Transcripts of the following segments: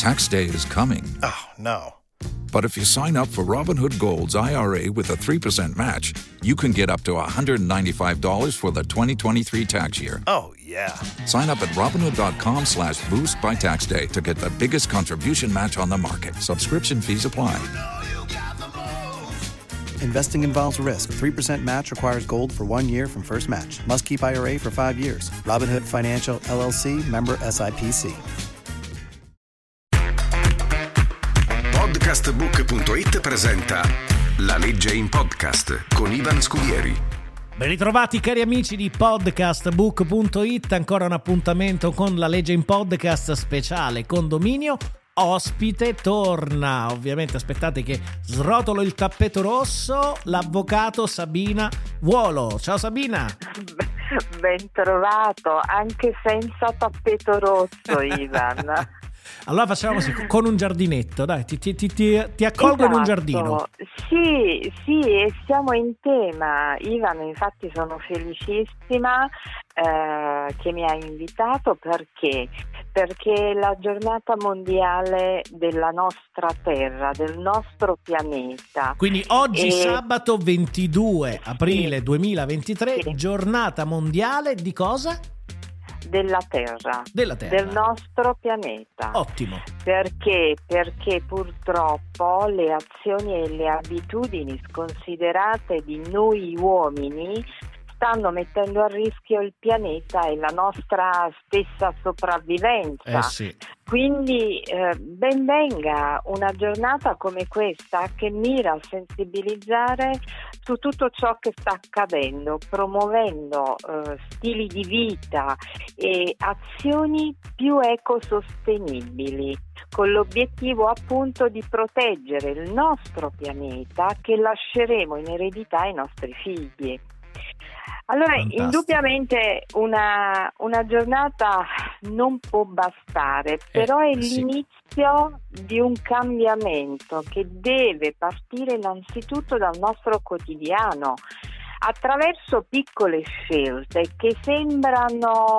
Tax day is coming. Oh, no. But if you sign up for Robinhood Gold's IRA with a 3% match, you can get up to $195 for the 2023 tax year. Oh, yeah. Sign up at Robinhood.com/boost by tax day to get the biggest contribution match on the market. Subscription fees apply. Investing involves risk. 3% match requires gold for 1 year from first match. Must keep IRA for 5 years. Robinhood Financial LLC, member SIPC. Podcastbook.it presenta La legge in podcast con Ivan Scudieri. Ben ritrovati cari amici di Podcastbook.it, ancora un appuntamento con La legge in podcast speciale condominio. Ospite torna, ovviamente aspettate che srotolo il tappeto rosso, l'avvocato Sabina Vuolo. Ciao Sabina. Ben trovato, anche senza tappeto rosso Ivan. Allora facciamo così, con un giardinetto, dai, ti accolgo in un giardino. Sì, e siamo in tema, Ivan, infatti sono felicissima che mi hai invitato perché è la giornata mondiale della nostra terra, del nostro pianeta. Quindi oggi sabato 22 aprile 2023, sì. Giornata mondiale di cosa? Della terra, del nostro pianeta. Ottimo. Perché purtroppo le azioni e le abitudini sconsiderate di noi uomini stanno mettendo a rischio il pianeta e la nostra stessa sopravvivenza. Sì. Quindi ben venga una giornata come questa che mira a sensibilizzare su tutto ciò che sta accadendo, promuovendo stili di vita e azioni più ecosostenibili, con l'obiettivo appunto di proteggere il nostro pianeta che lasceremo in eredità ai nostri figli. Allora, fantastico. Indubbiamente una giornata non può bastare, però è l'inizio di un cambiamento che deve partire innanzitutto dal nostro quotidiano, attraverso piccole scelte che sembrano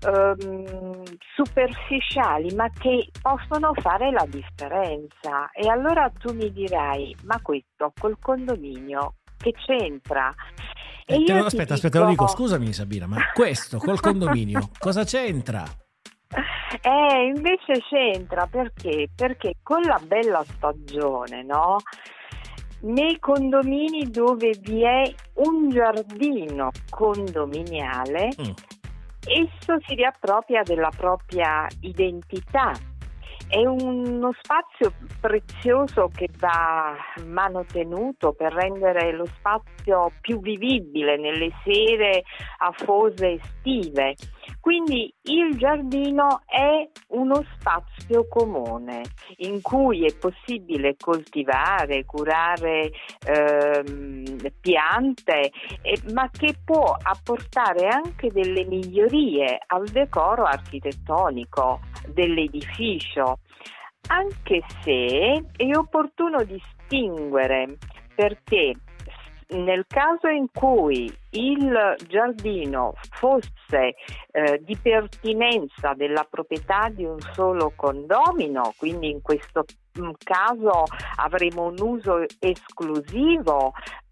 superficiali, ma che possono fare la differenza. E allora tu mi dirai, ma questo col condominio che c'entra? Aspetta, lo dico, scusami Sabina, ma questo col condominio cosa c'entra? Invece c'entra perché con la bella stagione, no? Nei condomini dove vi è un giardino condominiale, esso si riappropria della propria identità. È uno spazio prezioso che va manutenuto per rendere lo spazio più vivibile nelle sere afose estive. Quindi il giardino è uno spazio comune in cui è possibile coltivare, curare piante, ma che può apportare anche delle migliorie al decoro architettonico dell'edificio, anche se è opportuno distinguere, perché nel caso in cui il giardino fosse di pertinenza della proprietà di un solo condomino, quindi in questo caso avremo un uso esclusivo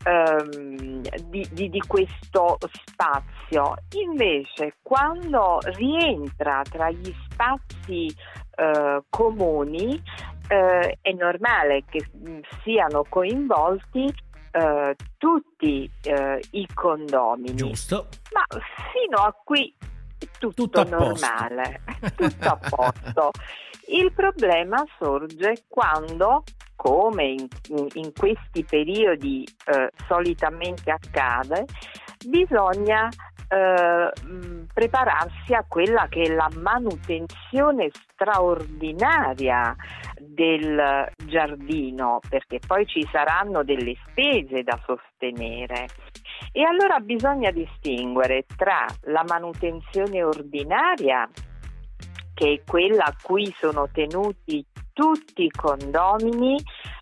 di questo spazio. Invece, quando rientra tra gli spazi comuni, è normale che siano coinvolti tutti i condomini. Giusto. Ma fino a qui tutto normale, tutto a posto. Il problema sorge quando, come in questi periodi solitamente accade, bisogna prepararsi a quella che è la manutenzione straordinaria del giardino, perché poi ci saranno delle spese da sostenere. E allora bisogna distinguere tra la manutenzione ordinaria, che è quella a cui sono tenuti tutti i condomini,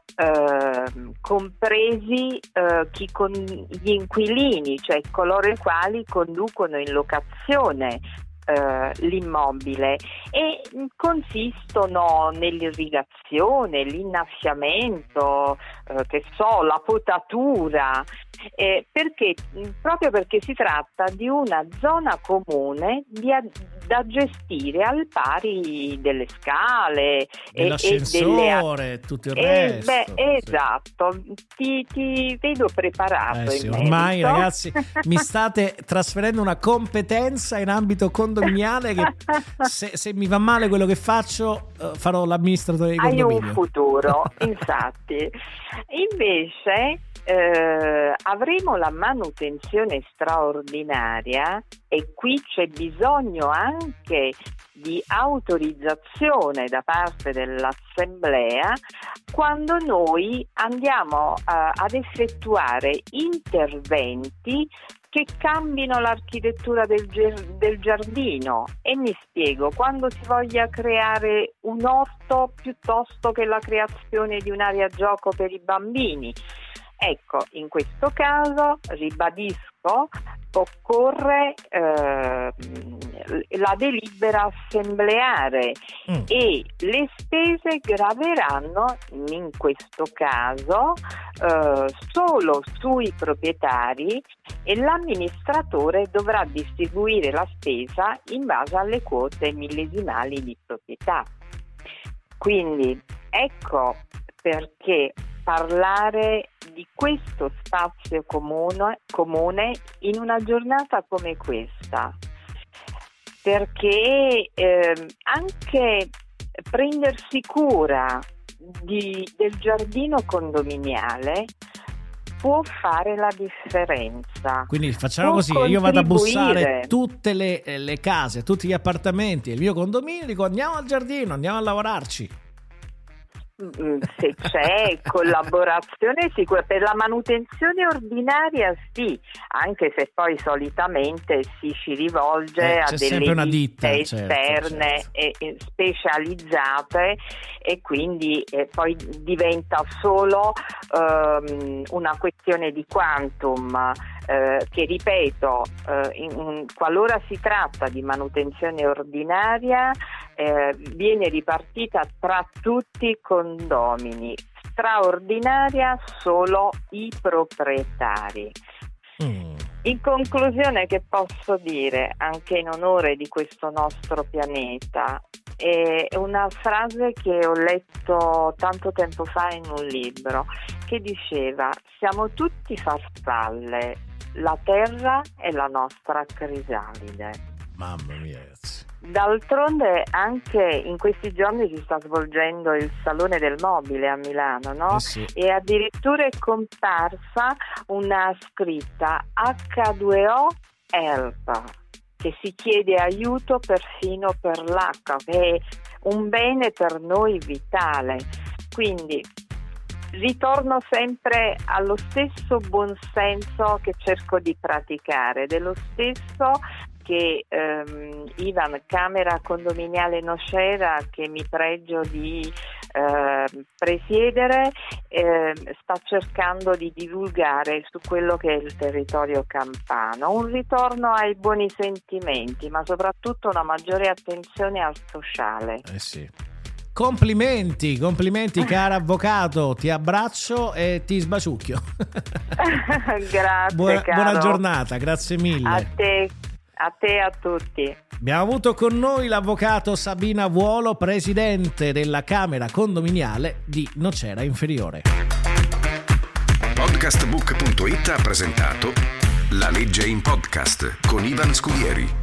compresi gli inquilini, cioè coloro i quali conducono in locazione l'immobile e consistono nell'irrigazione, l'innaffiamento, la potatura, proprio perché si tratta di una zona comune da gestire al pari delle scale dell'ascensore, tutto il resto. Esatto, ti vedo preparato. Sì, ormai ragazzi mi state trasferendo una competenza in ambito condominiale che se mi va male quello che faccio farò l'amministratore di condominio. Hai un futuro, infatti. Invece avremo la manutenzione straordinaria e qui c'è bisogno anche di autorizzazione da parte dell'Assemblea quando noi andiamo ad effettuare interventi che cambino l'architettura del giardino. E mi spiego, quando si voglia creare un orto piuttosto che la creazione di un'area gioco per i bambini. Ecco, in questo caso, ribadisco, occorre la delibera assembleare e le spese graveranno in questo caso solo sui proprietari e l'amministratore dovrà distribuire la spesa in base alle quote millesimali di proprietà. Quindi ecco perché parlare di questo spazio comune in una giornata come questa, perché anche prendersi cura del giardino condominiale può fare la differenza. Quindi facciamo così, io vado a bussare tutte le case, tutti gli appartamenti, il mio condominio, dico andiamo al giardino, andiamo a lavorarci. Se c'è collaborazione sicura per la manutenzione ordinaria, sì, anche se poi solitamente si rivolge a delle ditte esterne e specializzate e quindi poi diventa solo una questione di quantum che ripeto qualora si tratta di manutenzione ordinaria viene ripartita tra tutti i condomini, straordinaria solo i proprietari. In conclusione, che posso dire anche in onore di questo nostro pianeta? È una frase che ho letto tanto tempo fa in un libro che diceva: siamo tutti farfalle, la terra è la nostra crisalide. Mamma mia, ragazzi. D'altronde anche in questi giorni si sta svolgendo il Salone del Mobile a Milano, no? Sì. E addirittura è comparsa una scritta H2O Help, che si chiede aiuto perfino per l'acqua, che è un bene per noi vitale. Quindi ritorno sempre allo stesso buonsenso che cerco di praticare, dello stesso che Ivan, Camera Condominiale Nocera, che mi pregio di presiedere, sta cercando di divulgare su quello che è il territorio campano. Un ritorno ai buoni sentimenti, ma soprattutto una maggiore attenzione al sociale. Sì. Complimenti cara avvocato, ti abbraccio e ti sbaciucchio. Grazie, buona giornata, grazie mille. A te e a tutti. Abbiamo avuto con noi l'avvocato Sabina Vuolo, presidente della Camera Condominiale di Nocera Inferiore. Podcastbook.it ha presentato La legge in podcast con Ivan Scudieri.